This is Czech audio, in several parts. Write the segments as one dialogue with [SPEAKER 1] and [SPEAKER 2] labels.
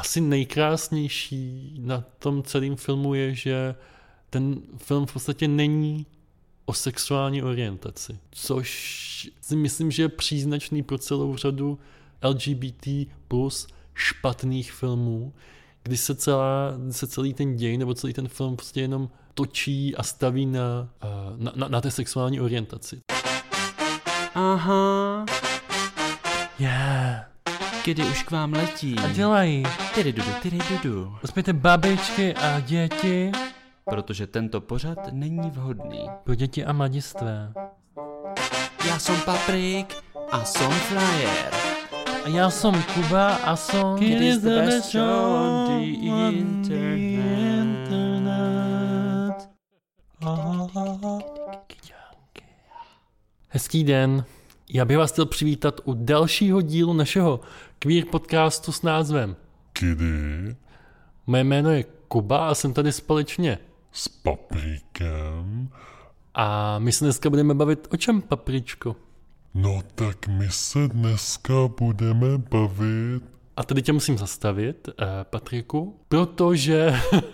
[SPEAKER 1] asi nejkrásnější na tom celém filmu je, že ten film v podstatě není o sexuální orientaci, což si myslím, že je příznačný pro celou řadu LGBT plus špatných filmů, kdy se celý ten děj nebo celý ten film prostě jenom točí a staví na té sexuální orientaci.
[SPEAKER 2] Aha.
[SPEAKER 1] Yeah.
[SPEAKER 2] Kdy už k vám letí.
[SPEAKER 1] A dělají.
[SPEAKER 2] Tyrydudu.
[SPEAKER 1] Uspějte babičky a děti.
[SPEAKER 2] Protože tento pořad není vhodný.
[SPEAKER 1] Pro děti a mladistvé.
[SPEAKER 2] Já jsem Paprik a jsem Flyer.
[SPEAKER 1] A já jsem Kuba a jsem...
[SPEAKER 2] It is the best show on the internet.
[SPEAKER 1] Hezký den. Já bych vás chtěl přivítat u dalšího dílu našeho queer podcastu s názvem
[SPEAKER 3] Kdy?
[SPEAKER 1] Moje jméno je Kuba a jsem tady společně
[SPEAKER 3] S Paprikem?
[SPEAKER 1] a my se dneska budeme bavit o čem, Papričko?
[SPEAKER 3] No tak my se dneska budeme bavit...
[SPEAKER 1] A tady tě musím zastavit, Patriku, protože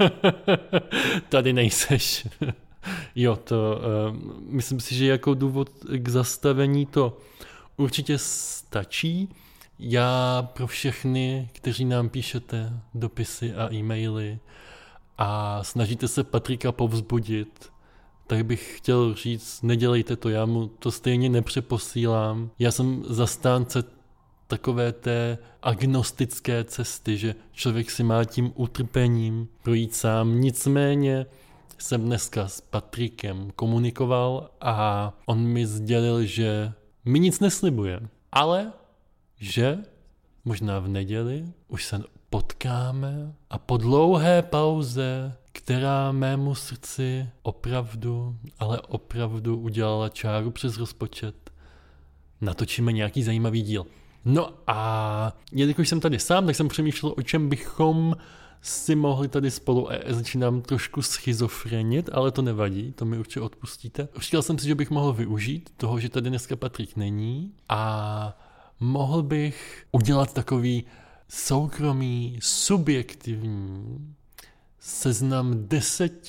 [SPEAKER 1] tady nejseš. Jo, to myslím si, že jako důvod k zastavení to určitě stačí. Já pro všechny, kteří nám píšete dopisy a e-maily a snažíte se Patrika povzbudit, tak bych chtěl říct, nedělejte to, já mu to stejně nepřeposílám. Já jsem zastánce takové té agnostické cesty, že člověk si má tím utrpením projít sám. Nicméně jsem dneska s Patrikem komunikoval a on mi sdělil, že mi nic neslibuje, ale že možná v neděli už se potkáme a po dlouhé pauze, která mému srdci opravdu, ale opravdu udělala čáru přes rozpočet, natočíme nějaký zajímavý díl. No a jelikož jsem tady sám, tak jsem přemýšlel, o čem bychom si mohli tady spolu, začínám trošku schizofrenit, ale to nevadí, to mi určitě odpustíte. Říkal jsem si, že bych mohl využít toho, že tady dneska Patrik není a mohl bych udělat takový soukromý, subjektivní seznam 10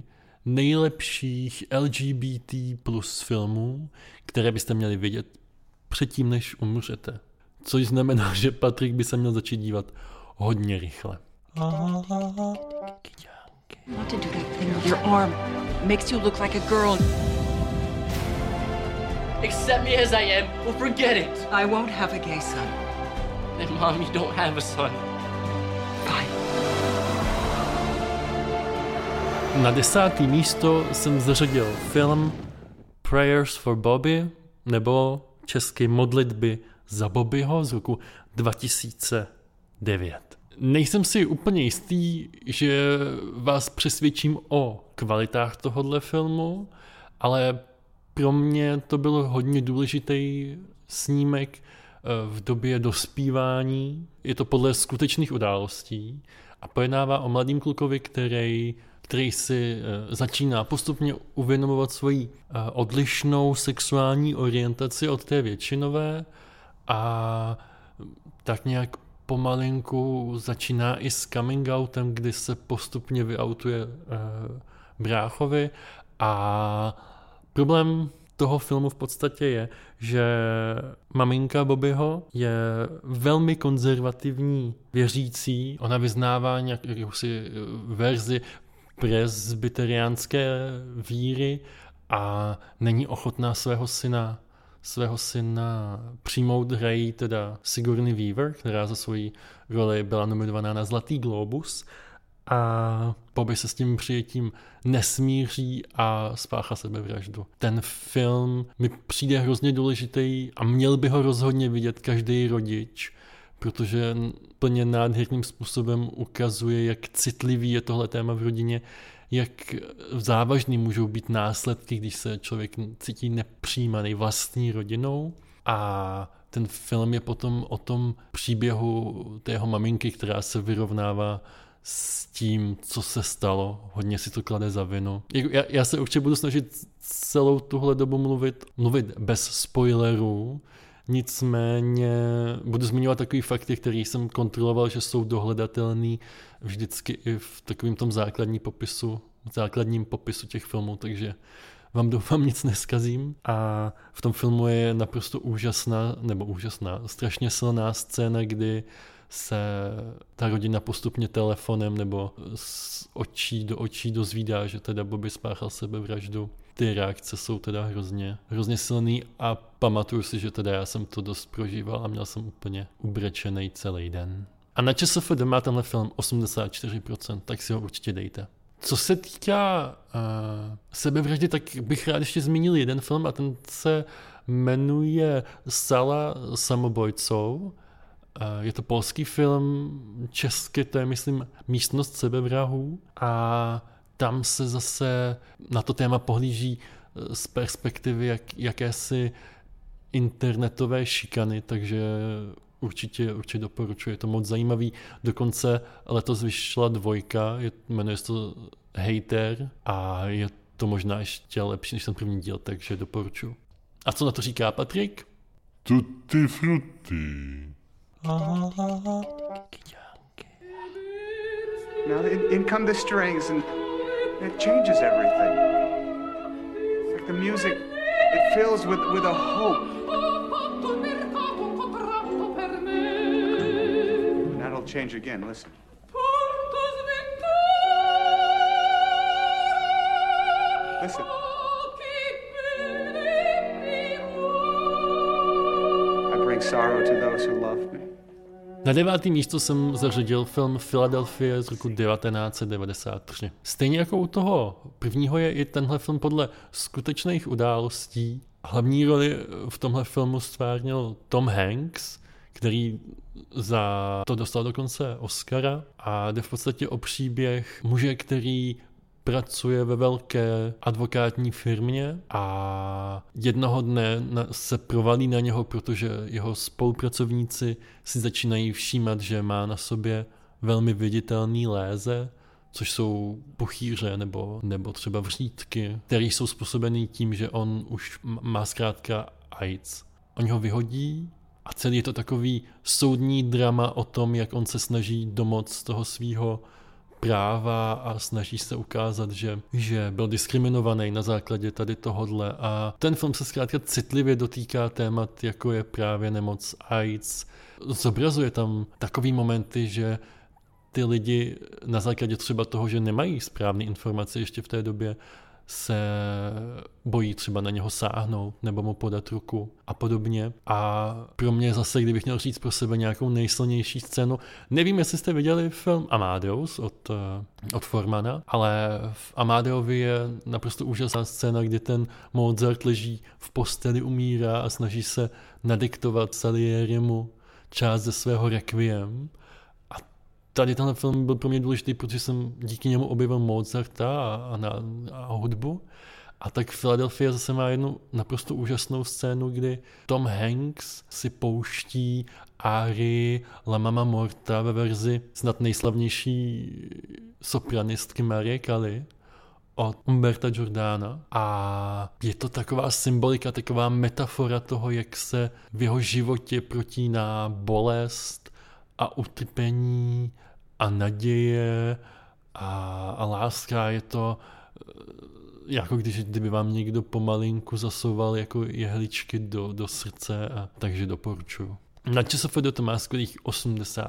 [SPEAKER 1] nejlepších LGBT plus filmů, které byste měli vidět předtím, než umřete. Což znamená, že Patrik by se měl začít dívat hodně rychle.
[SPEAKER 4] Not to do that thing with your arm. Makes you look like a girl.
[SPEAKER 5] Accept me as I am, or forget it.
[SPEAKER 4] I won't have a gay son.
[SPEAKER 5] Then, Mom, you don't have a son.
[SPEAKER 4] Fine.
[SPEAKER 1] Na 10. místo jsem zařadil film Prayers for Bobby, nebo česky Modlitby za Bobbyho z roku 2009. Nejsem si úplně jistý, že vás přesvědčím o kvalitách tohohle filmu, ale pro mě to byl hodně důležitý snímek v době dospívání. Je to podle skutečných událostí a pojednává o mladým klukovi, který si začíná postupně uvědomovat svoji odlišnou sexuální orientaci od té většinové a tak nějak pomalinku začíná i s coming outem, kdy se postupně vyautuje bráchovi a problém toho filmu v podstatě je, že maminka Bobbyho je velmi konzervativní věřící, ona vyznává nějakousi verzi presbyteriánské víry a není ochotná svého syna přijmout, hrají teda Sigourney Weaver, která za svoji roli byla nominovaná na Zlatý glóbus a Bobby se s tím přijetím nesmíří a spáchá sebevraždu. Ten film mi přijde hrozně důležitý a měl by ho rozhodně vidět každý rodič, protože plně nádherným způsobem ukazuje, jak citlivý je tohle téma v rodině, jak závažný můžou být následky, když se člověk cítí nepřijímaný vlastní rodinou. A ten film je potom o tom příběhu tého maminky, která se vyrovnává s tím, co se stalo. Hodně si to klade za vinu. Já se určitě budu snažit celou tuhle dobu mluvit bez spoilerů, Nicméně budu zmiňovat takový fakty, které jsem kontroloval, že jsou dohledatelný vždycky i v takovém tom základním popisu těch filmů, takže vám doufám nic neskazím. A v tom filmu je naprosto úžasná, strašně silná scéna, kdy se ta rodina postupně telefonem nebo z očí do očí dozvídá, že teda Bobby spáchal sebevraždu. Ty reakce jsou teda hrozně silný a pamatuju si, že teda já jsem to dost prožíval a měl jsem úplně ubrečenej celý den. A na ČSFD má tenhle film 84%, tak si ho určitě dejte. Co se týká sebevraždy, tak bych rád ještě zmínil jeden film a ten se jmenuje Sala samobojců. Je to polský film, česky to je, myslím, Místnost sebevrahů a tam se zase na to téma pohlíží z perspektivy jakési internetové šikany, takže určitě doporučuji, je to moc zajímavý. Dokonce letos vyšla 2, jmenuje se to Hater a je to možná ještě lepší než ten první díl, takže doporučuji. A co na to říká Patrik?
[SPEAKER 3] Tutti frutti.
[SPEAKER 6] Now in come the strings and it changes everything. It's like the music, it fills with a hope. And that'll change again, listen. Listen. I bring sorrow to those who love me.
[SPEAKER 1] Na 9. místo jsem zařadil film Philadelphia z roku 1993. Stejně jako u toho prvního je i tenhle film podle skutečných událostí. Hlavní roli v tomhle filmu stvárnil Tom Hanks, který za to dostal dokonce Oscara a jde v podstatě o příběh muže, který pracuje ve velké advokátní firmě a jednoho dne se provalí na něho, protože jeho spolupracovníci si začínají všímat, že má na sobě velmi viditelný léze, což jsou puchýře nebo třeba vřídky, které jsou způsobený tím, že on už má zkrátka AIDS. Oni ho vyhodí a celý je to takový soudní drama o tom, jak on se snaží domoct toho svýho práva a snaží se ukázat, že byl diskriminovaný na základě tady tohodle. A ten film se zkrátka citlivě dotýká témat, jako je právě nemoc AIDS. Zobrazuje tam takový momenty, že ty lidi na základě třeba toho, že nemají správné informace ještě v té době, se bojí třeba na něho sáhnout nebo mu podat ruku a podobně. A pro mě zase, kdybych měl říct pro sebe nějakou nejsilnější scénu, nevím, jestli jste viděli film Amadeus od Formana, ale v Amadeovi je naprosto úžasná scéna, kdy ten Mozart leží v posteli, umírá a snaží se nadiktovat Salierimu část ze svého requiem. Tady tenhle film byl pro mě důležitý, protože jsem díky němu objevil Mozarta a hudbu. A tak Philadelphia zase má jednu naprosto úžasnou scénu, kdy Tom Hanks si pouští árii La Mama Morta ve verzi snad nejslavnější sopranistky Marie Callas od Umberta Giordana. A je to taková symbolika, taková metafora toho, jak se v jeho životě protíná bolest a utrpení a naděje a láska. Je to jako kdyby vám někdo pomalinku zasouval jako jehličky do srdce, a takže doporučuji. Na ČSFD to má skvělých 85%.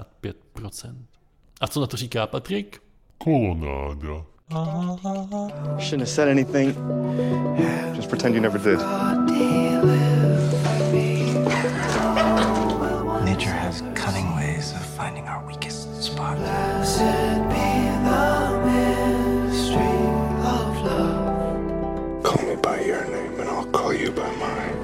[SPEAKER 1] A co na to říká Patrik?
[SPEAKER 3] Kolonáda.
[SPEAKER 6] Shouldn't have said anything. Just pretend you never did.
[SPEAKER 7] Nature has cunning ways of finding our weakest spot.
[SPEAKER 3] Call me by your name and I'll call you by mine.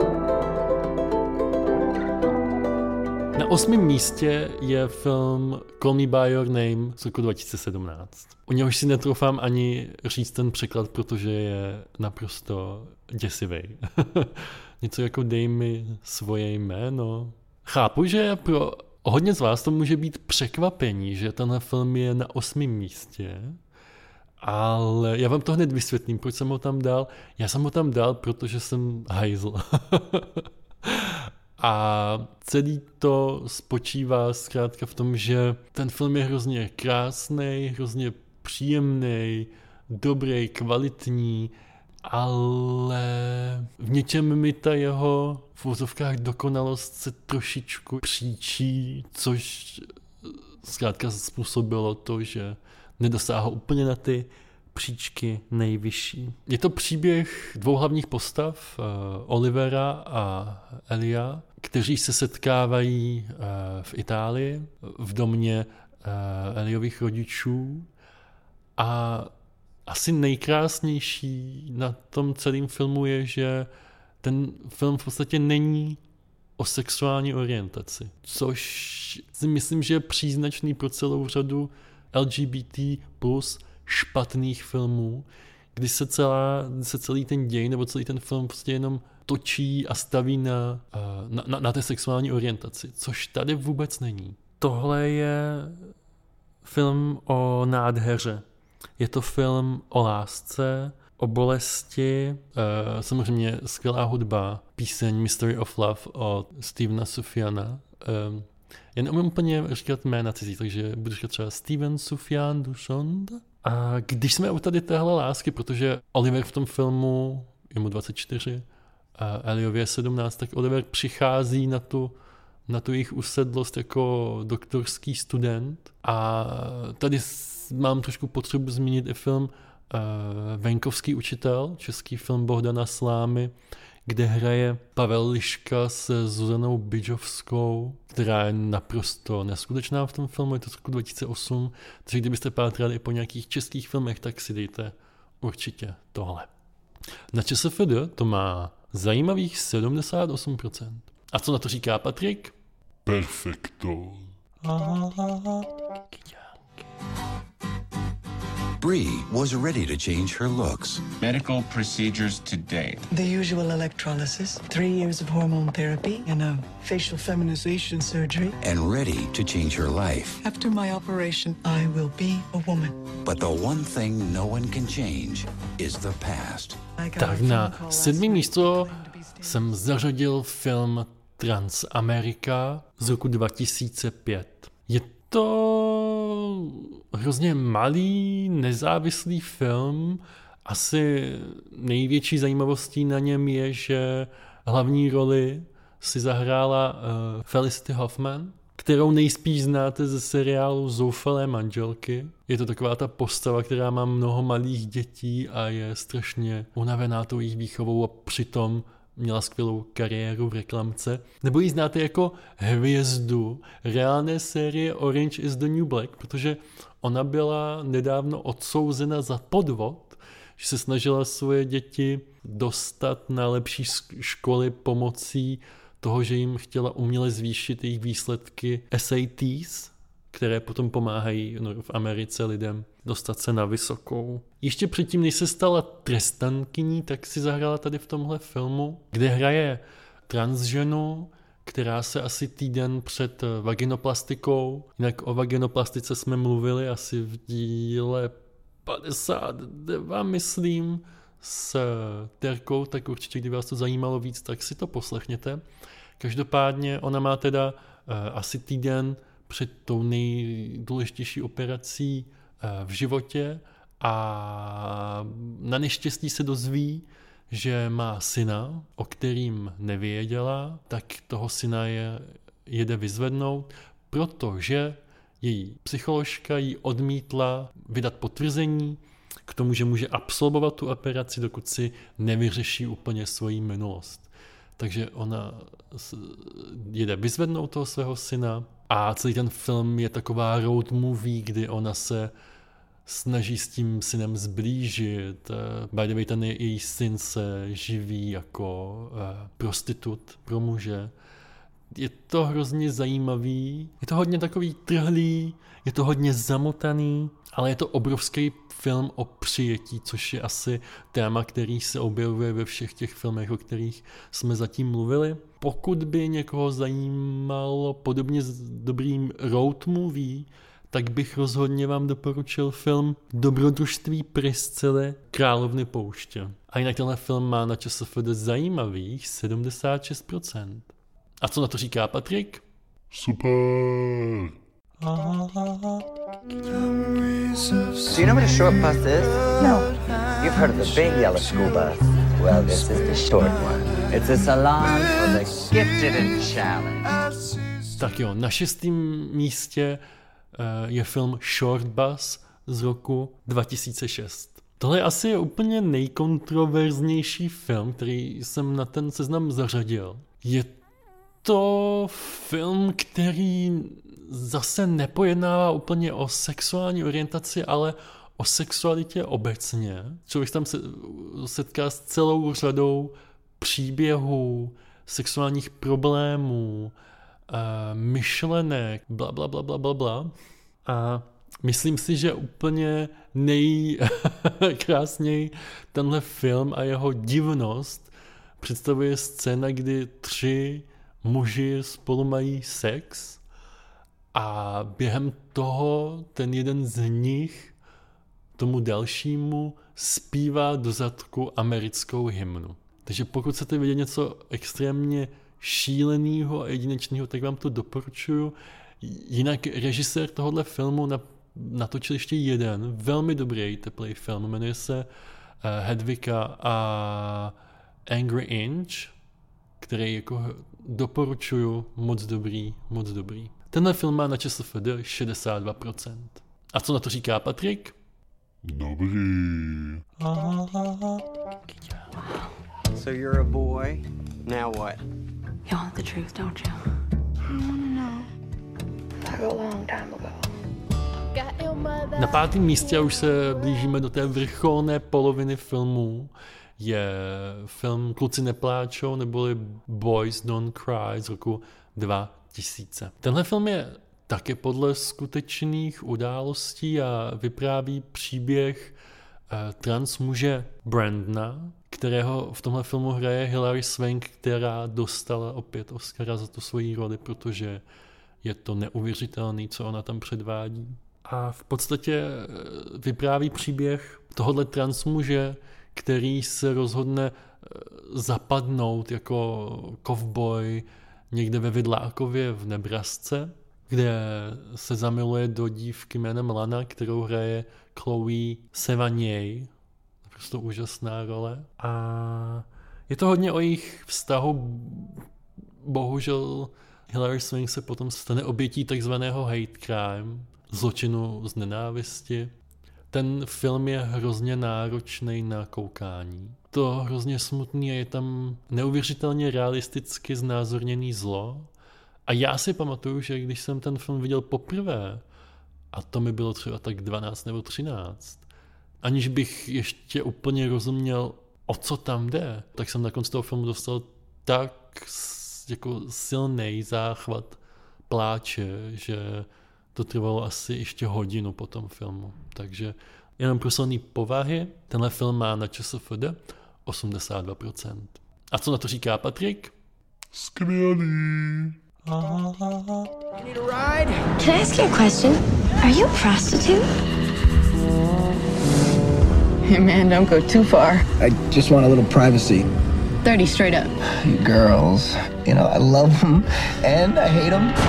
[SPEAKER 1] Na 8. místě je film Call Me By Your Name z roku 2017. U něhož si netroufám ani říct ten překlad, protože je naprosto děsivý. Něco jako dej mi svoje jméno. Chápu, že pro hodně z vás to může být překvapení, že tenhle film je na 8. místě, ale já vám to hned vysvětlím, proč jsem ho tam dal. Já jsem ho tam dal, protože jsem hajzl. A celý to spočívá zkrátka v tom, že ten film je hrozně krásný, hrozně příjemný, dobrý, kvalitní, ale v něčem mi ta jeho v uvozovkách dokonalost se trošičku příčí, což zkrátka způsobilo to, že nedosáhl úplně na ty příčky nejvyšší. Je to příběh dvou hlavních postav, Olivera a Elia, kteří se setkávají v Itálii, v domě Eliových rodičů, a asi nejkrásnější na tom celém filmu je, že ten film v podstatě není o sexuální orientaci, což si myslím, že je příznačný pro celou řadu LGBT plus špatných filmů, kdy se celý ten děj nebo celý ten film prostě jenom točí a staví na té sexuální orientaci, což tady vůbec není. Tohle je film o nádheře. Je to film o lásce, o bolesti, samozřejmě skvělá hudba, píseň Mystery of Love od Stevena Sufjana. Já neumím úplně říkat jména cizí, takže budu říkat třeba Steven Sufjan Dušond. A když jsme u tady téhle lásky, protože Oliver v tom filmu, je mu 24, a Eliově je 17, tak Oliver přichází na tu jejich usedlost jako doktorský student. A tady mám trošku potřebu zmínit i film Venkovský učitel, český film Bohdana Slámy, kde hraje Pavel Liška se Zuzanou Bidžovskou, která je naprosto neskutečná v tom filmu, je to z roku 2008, takže kdybyste pátrali i po nějakých českých filmech, tak si dejte určitě tohle. Na ČSFD to má zajímavých 78%. A co na to říká Patrik?
[SPEAKER 3] Perfekto.
[SPEAKER 8] Bree was ready to change her looks.
[SPEAKER 9] Medical procedures to date.
[SPEAKER 10] The usual electrolysis, 3 years of hormone therapy, and a facial feminization surgery.
[SPEAKER 8] And ready to change her life.
[SPEAKER 10] After my operation, I will be a woman.
[SPEAKER 8] But the one thing no one can change is the past.
[SPEAKER 1] Tak na 7. místo jsem zařadil film Transamerika z roku 2005. Je to hrozně malý, nezávislý film. Asi největší zajímavostí na něm je, že hlavní roli si zahrála Felicity Huffman, kterou nejspíš znáte ze seriálu Zoufalé manželky. Je to taková ta postava, která má mnoho malých dětí a je strašně unavená tou jejich výchovou a přitom měla skvělou kariéru v reklamce. Nebo ji znáte jako hvězdu reálné série Orange is the New Black, protože ona byla nedávno odsouzena za podvod, že se snažila svoje děti dostat na lepší školy pomocí toho, že jim chtěla uměle zvýšit jejich výsledky SATs, které potom pomáhají v Americe lidem dostat se na vysokou. Ještě předtím, než se stala trestankyní, tak si zahrála tady v tomhle filmu, kde hraje transženu, která se asi týden před vaginoplastikou, jinak o vaginoplastice jsme mluvili asi v díle 52, myslím, s Terkou, tak určitě, kdyby vás to zajímalo víc, tak si to poslechněte. Každopádně ona má teda asi týden před tou nejdůležitější operací v životě a na neštěstí se dozví, že má syna, o kterým nevěděla, tak toho syna jede vyzvednout, protože její psycholožka jí odmítla vydat potvrzení k tomu, že může absolvovat tu operaci, dokud si nevyřeší úplně svoji minulost. Takže ona jede vyzvednout toho svého syna a celý ten film je taková road movie, kdy ona se snaží s tím synem zblížit. By the way, ten její syn se živí jako prostitut pro muže. Je to hrozně zajímavý, je to hodně takový trhlý, je to hodně zamotaný, ale je to obrovský film o přijetí, což je asi téma, který se objevuje ve všech těch filmech, o kterých jsme zatím mluvili. Pokud by někoho zajímalo podobně dobrým road movie, tak bych rozhodně vám doporučil film Dobrodružství Priscily Královny pouště. A jinak tenhle film má na ČSFD zajímavých 76%. A co na to říká Patrik?
[SPEAKER 3] Super.
[SPEAKER 11] Do you know what a short bus is? No. You've heard of the big yellow school bus. Well, this is the short one. It's a salon for the gifted and challenged.
[SPEAKER 1] Tak jo, na 6. místě je film Short Bus z roku 2006. Tohle asi je úplně nejkontroverznější film, který jsem na ten seznam zařadil. Je to film, který zase nepojednává úplně o sexuální orientaci, ale o sexualitě obecně. Člověk tam se setká s celou řadou příběhů, sexuálních problémů, myšlenek, bla. A myslím si, že úplně nejkrásněji tenhle film a jeho divnost představuje scéna, kdy 3 muži spolu mají sex a během toho ten jeden z nich tomu dalšímu zpívá do zadku americkou hymnu. Takže pokud chcete vidět něco extrémně šíleného a jedinečného, tak vám to doporučuju. Jinak režisér tohohle filmu natočil ještě jeden velmi dobrý teplý film, jmenuje se Hedvika a Angry Inch, který jako doporučuju, moc dobrý. Tenhle film má na ČSFD 62%. A co na to říká Patrik?
[SPEAKER 3] Dobrý.
[SPEAKER 11] So you're a boy. Now what?
[SPEAKER 4] You want the truth, don't you? No. Like a long time ago.
[SPEAKER 1] Na 5. místě, a už se blížíme do té vrcholné poloviny filmu, je film Kluci nepláčou, neboli Boys Don't Cry z roku 2000. Tenhle film je také podle skutečných událostí a vypráví příběh trans muže Brandona, kterého v tomhle filmu hraje Hilary Swank, která dostala opět Oscara za tu svoji roli, protože je to neuvěřitelný, co ona tam předvádí. A v podstatě vypráví příběh tohohle trans muže, který se rozhodne zapadnout jako kovboj někde ve Vidlákově v Nebrasce, kde se zamiluje do dívky jménem Lana, kterou hraje Chloe Sevigny. Prostě úžasná role. A je to hodně o jejich vztahu. Bohužel Hilary Swank se potom stane obětí takzvaného hate crime, zločinu z nenávisti. Ten film je hrozně náročný na koukání. To hrozně smutný a je tam neuvěřitelně realisticky znázorněný zlo. A já si pamatuju, že když jsem ten film viděl poprvé, a to mi bylo třeba tak 12 nebo 13, aniž bych ještě úplně rozuměl, o co tam jde, tak jsem na konci toho filmu dostal tak jako silný záchvat pláče, že to trvalo asi ještě hodinu po tom filmu. Takže jenom pro silný povahy, tenhle film má na ČSFD 82%. A co na to říká Patrik?
[SPEAKER 3] Skvělý.
[SPEAKER 11] Need a ride?
[SPEAKER 12] Can I ask you a question? Are you a prostitute?
[SPEAKER 13] Hey man, don't go too far.
[SPEAKER 14] I just want a little privacy.
[SPEAKER 13] 30 straight up.
[SPEAKER 14] You girls, you know, I love them and I hate them.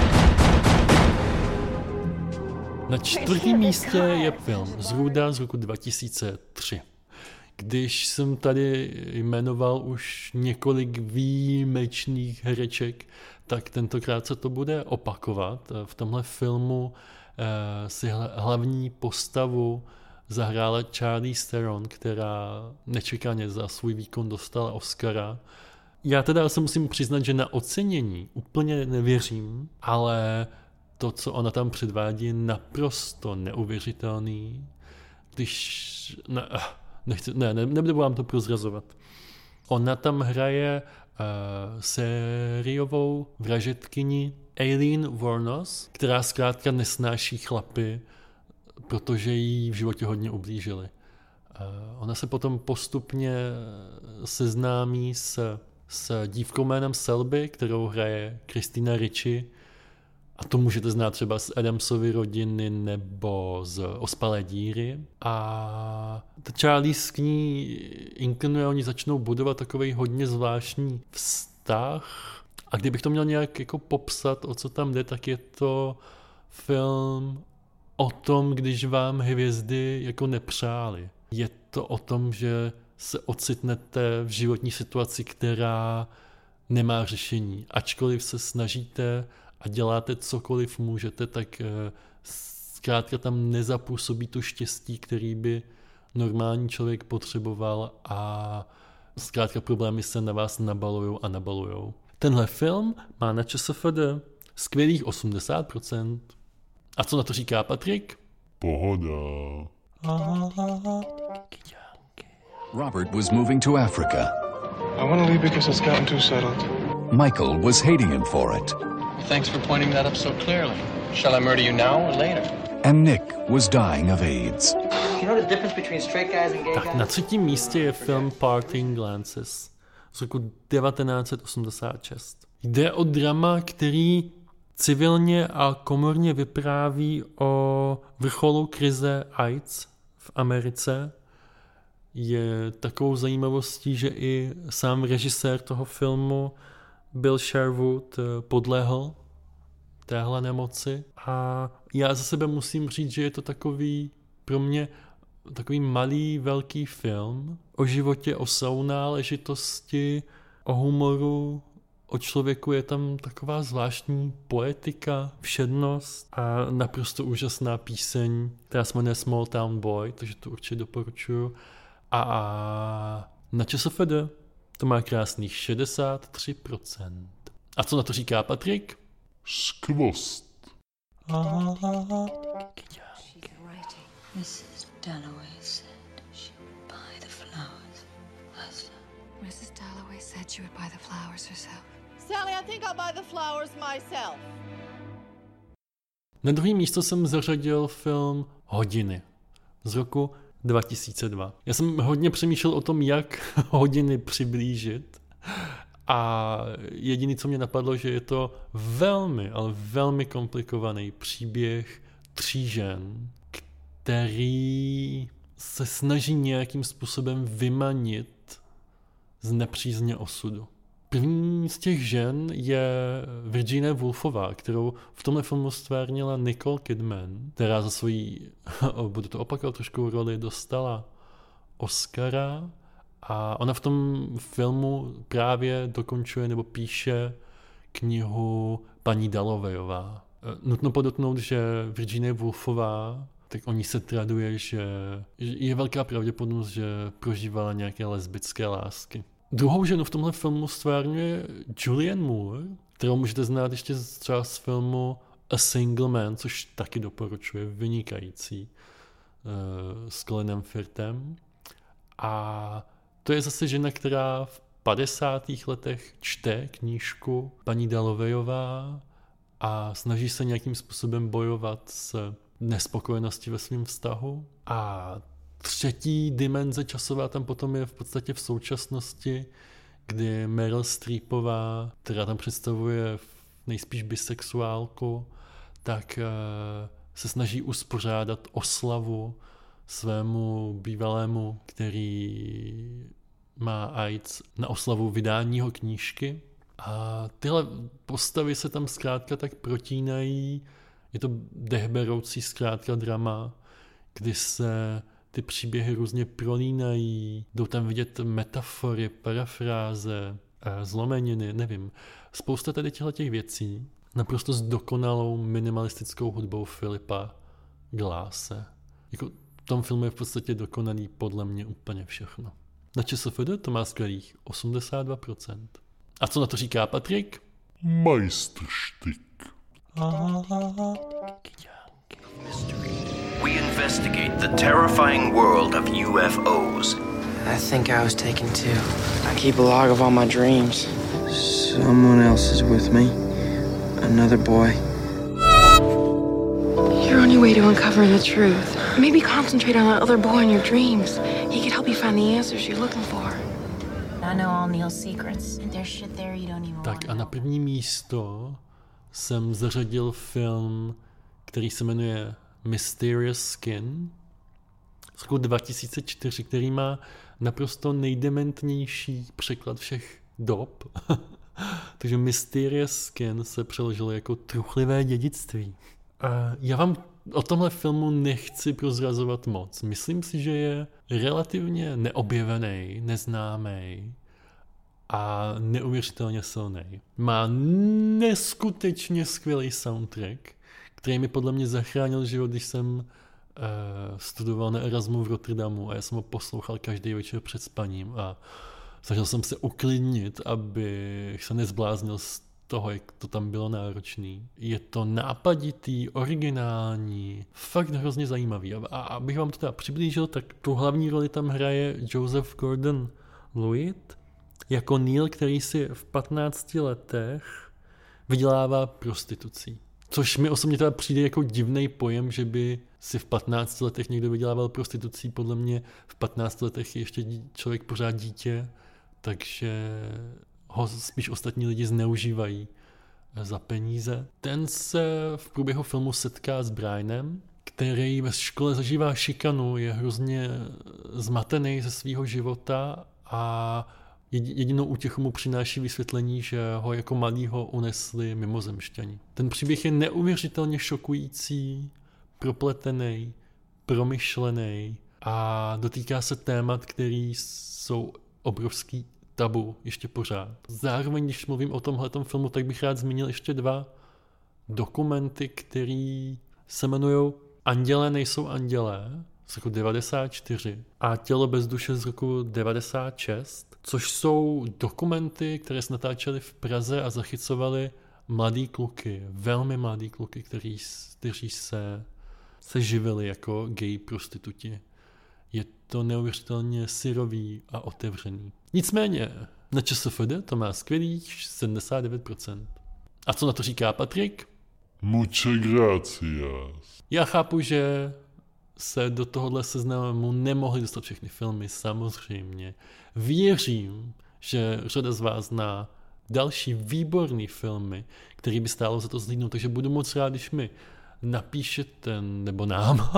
[SPEAKER 1] Na 4. místě je film Zrůda z roku 2003. Když jsem tady jmenoval už několik výjimečných hereček, tak tentokrát se to bude opakovat. V tomhle filmu si hlavní postavu zahrála Charlize Theron, která nečekaně za svůj výkon dostala Oscara. Já teda se musím přiznat, že na ocenění úplně nevěřím, ale to, co ona tam předvádí, je naprosto neuvěřitelný. Když... nebudu vám to prozrazovat. Ona tam hraje sériovou vražedkyni Aileen Wuornos, která zkrátka nesnáší chlapy, protože jí v životě hodně ublížili. Ona se potom postupně seznámí s dívkou jménem Selby, kterou hraje Christina Ricci. A to můžete znát třeba z Adamsovy rodiny nebo z Ospalé díry. A ta Charlize k ní inklinuje, oni začnou budovat takovej hodně zvláštní vztah. A kdybych to měl nějak jako popsat, o co tam jde, tak je to film o tom, když vám hvězdy jako nepřáli. Je to o tom, že se ocitnete v životní situaci, která nemá řešení. Ačkoliv se snažíte a děláte cokoliv můžete, tak zkrátka tam nezapůsobí to štěstí, který by normální člověk potřeboval a zkrátka problémy se na vás nabalujou a nabalujou. Tenhle film má na ČSFD skvělých 80%. A co na to říká Patrik?
[SPEAKER 3] Pohoda.
[SPEAKER 15] Robert was moving to Africa.
[SPEAKER 16] I want to leave because it's gotten too settled.
[SPEAKER 15] Michael was hating him for it.
[SPEAKER 5] Thanks for pointing that up so clearly. Shall I murder you now or later?
[SPEAKER 15] And Nick was dying of AIDS.
[SPEAKER 11] You know the difference between straight guys and gay guys?
[SPEAKER 1] Tak na třetím místě je film Parting Glances z roku 1986. Jde o drama, který civilně a komorně vypráví o vrcholu krize AIDS v Americe. Je takovou zajímavostí, že i sám režisér toho filmu Bill Sherwood podlehl téhle nemoci. A já za sebe musím říct, že je to takový pro mě takový malý, velký film o životě, o sounáležitosti, o humoru, o člověku. Je tam taková zvláštní poetika, všednost a naprosto úžasná píseň, která se jmenuje Small Town Boy, takže to určitě doporučuju. A na ČSFD to má krásných 63%. A co na to říká Patrik?
[SPEAKER 3] Skvost.
[SPEAKER 12] Mrs. Dalloway said she would buy the flowers herself.
[SPEAKER 4] Mrs. Dalloway said she would buy the flowers herself.
[SPEAKER 17] Sally, I think I'll buy the flowers myself.
[SPEAKER 1] Na druhé místo jsem zařadil film Hodiny z roku 2002. Já jsem hodně přemýšlel o tom, jak hodiny přiblížit a jediné, co mě napadlo, že je to velmi, ale velmi komplikovaný příběh 3 žen, který se snaží nějakým způsobem vymanit z nepřízně osudu. První z těch žen je Virginia Woolfová, kterou v tomhle filmu stvárnila Nicole Kidman, která za svoji, budu to opakovat trošku, roli dostala Oscara a ona v tom filmu právě dokončuje nebo píše knihu Paní Dallowayová. Nutno podotknout, že Virginia Woolfová, tak o ní se traduje, že je velká pravděpodobnost, že prožívala nějaké lesbické lásky. Druhou ženu v tomhle filmu stvárňuje Julianne Moore, kterou můžete znát ještě třeba z filmu A Single Man, což taky doporučuje, vynikající, s Colinem Firthem. A to je zase žena, která v 50. letech čte knížku Paní Dallowayová a snaží se nějakým způsobem bojovat s nespokojeností ve svém vztahu. A třetí dimenze časová tam potom je v podstatě v současnosti, kdy Meryl Streepová, která tam představuje nejspíš bisexuálku, tak se snaží uspořádat oslavu svému bývalému, který má AIDS, na oslavu vydání jeho knížky. A tyhle postavy se tam zkrátka tak protínají. Je to dechberoucí zkrátka drama, kdy se ty příběhy různě prolínají, jdou tam vidět metafory, parafráze, zlomeniny, nevím. Spousta tady těch věcí, naprosto s dokonalou minimalistickou hudbou Philipa Glasse. Jako v tom filmu je v podstatě dokonalý podle mě úplně všechno. Na ČSFD to má skvělých 82%. A co na to říká Patrik?
[SPEAKER 3] Majstrštyk.
[SPEAKER 18] We investigate the terrifying world of UFOs.
[SPEAKER 10] I think I was taken too. I keep a log of all my dreams. Someone else is with me. Another boy.
[SPEAKER 13] You're on your way to uncovering the truth. Maybe concentrate on that other boy in your dreams. He could help you find the answers you're looking for.
[SPEAKER 19] I know all Neil's secrets. There's shit there you don't even
[SPEAKER 1] Tak a na první místo jsem zařadil film, který se jmenuje Mysterious Skin z roku 2004, který má naprosto nejdementnější překlad všech dob. Takže Mysterious Skin se přeložilo jako truchlivé dědictví. Já vám o tomhle filmu nechci prozrazovat moc. Myslím si, že je relativně neobjevený, neznámý a neuvěřitelně silný. Má neskutečně skvělý soundtrack, který mi podle mě zachránil život, když jsem studoval na Erasmu v Rotterdamu a já jsem ho poslouchal každý večer před spaním a snažil jsem se uklidnit, abych se nezbláznil z toho, jak to tam bylo náročný. Je to nápaditý, originální, fakt hrozně zajímavý. A abych vám to teda přiblížil, tak tu hlavní roli tam hraje Joseph Gordon-Levitt jako Neil, který si v 15 letech vydělává prostitucí. Což mi osobně teda přijde jako divný pojem, že by si v 15 letech někdo vydělával prostitucí. Podle mě v 15 letech je ještě člověk pořád dítě, takže ho spíš ostatní lidi zneužívají za peníze. Ten se v průběhu filmu setká s Brianem, který ve škole zažívá šikanu, je hrozně zmatený ze svého života a jedinou útěchu mu přináší vysvětlení, že ho jako malýho unesli mimozemšťani. Ten příběh je neuvěřitelně šokující, propletený, promyšlený a dotýká se témat, které jsou obrovský tabu ještě pořád. Zároveň, když mluvím o tomhletom filmu, tak bych rád zmínil ještě 2 dokumenty, které se jmenují Andělé nejsou andělé z roku 94 a Tělo bez duše z roku 96, což jsou dokumenty, které se natáčely v Praze a zachycovali mladý kluky, velmi mladý kluky, kteří se živili jako gay prostituti. Je to neuvěřitelně syrový a otevřený. Nicméně, na ČSFD to má skvělých 79%. A co na to říká Patrik?
[SPEAKER 3] Muchas gracias.
[SPEAKER 1] Já chápu, že se do tohohle seznamu nemohly dostat všechny filmy, samozřejmě. Věřím, že řada z vás zná další výborný filmy, který by stálo za to zhlídnout, takže budu moc rád, když mi napíšete, nebo nám,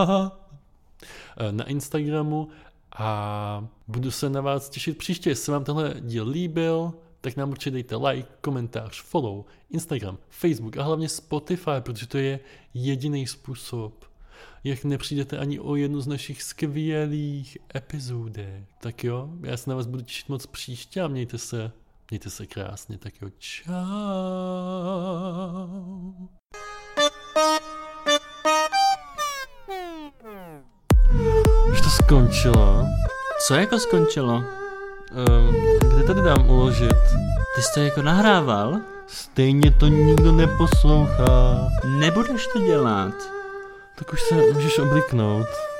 [SPEAKER 1] na Instagramu a budu se na vás těšit příště. Jestli vám tenhle díl líbil, tak nám určitě dejte like, komentář, follow, Instagram, Facebook a hlavně Spotify, protože to je jediný způsob, jak nepřijdete ani o jednu z našich skvělých epizodek. Tak jo, já se na vás budu těšit moc příště a mějte se krásně, tak jo, čau. Už to skončilo.
[SPEAKER 20] Co jako skončilo?
[SPEAKER 1] Kde tady dám uložit?
[SPEAKER 20] Ty jsi to jako nahrával?
[SPEAKER 1] Stejně to nikdo neposlouchá.
[SPEAKER 20] Nebudeš to dělat.
[SPEAKER 1] Tak už se můžeš obliknout.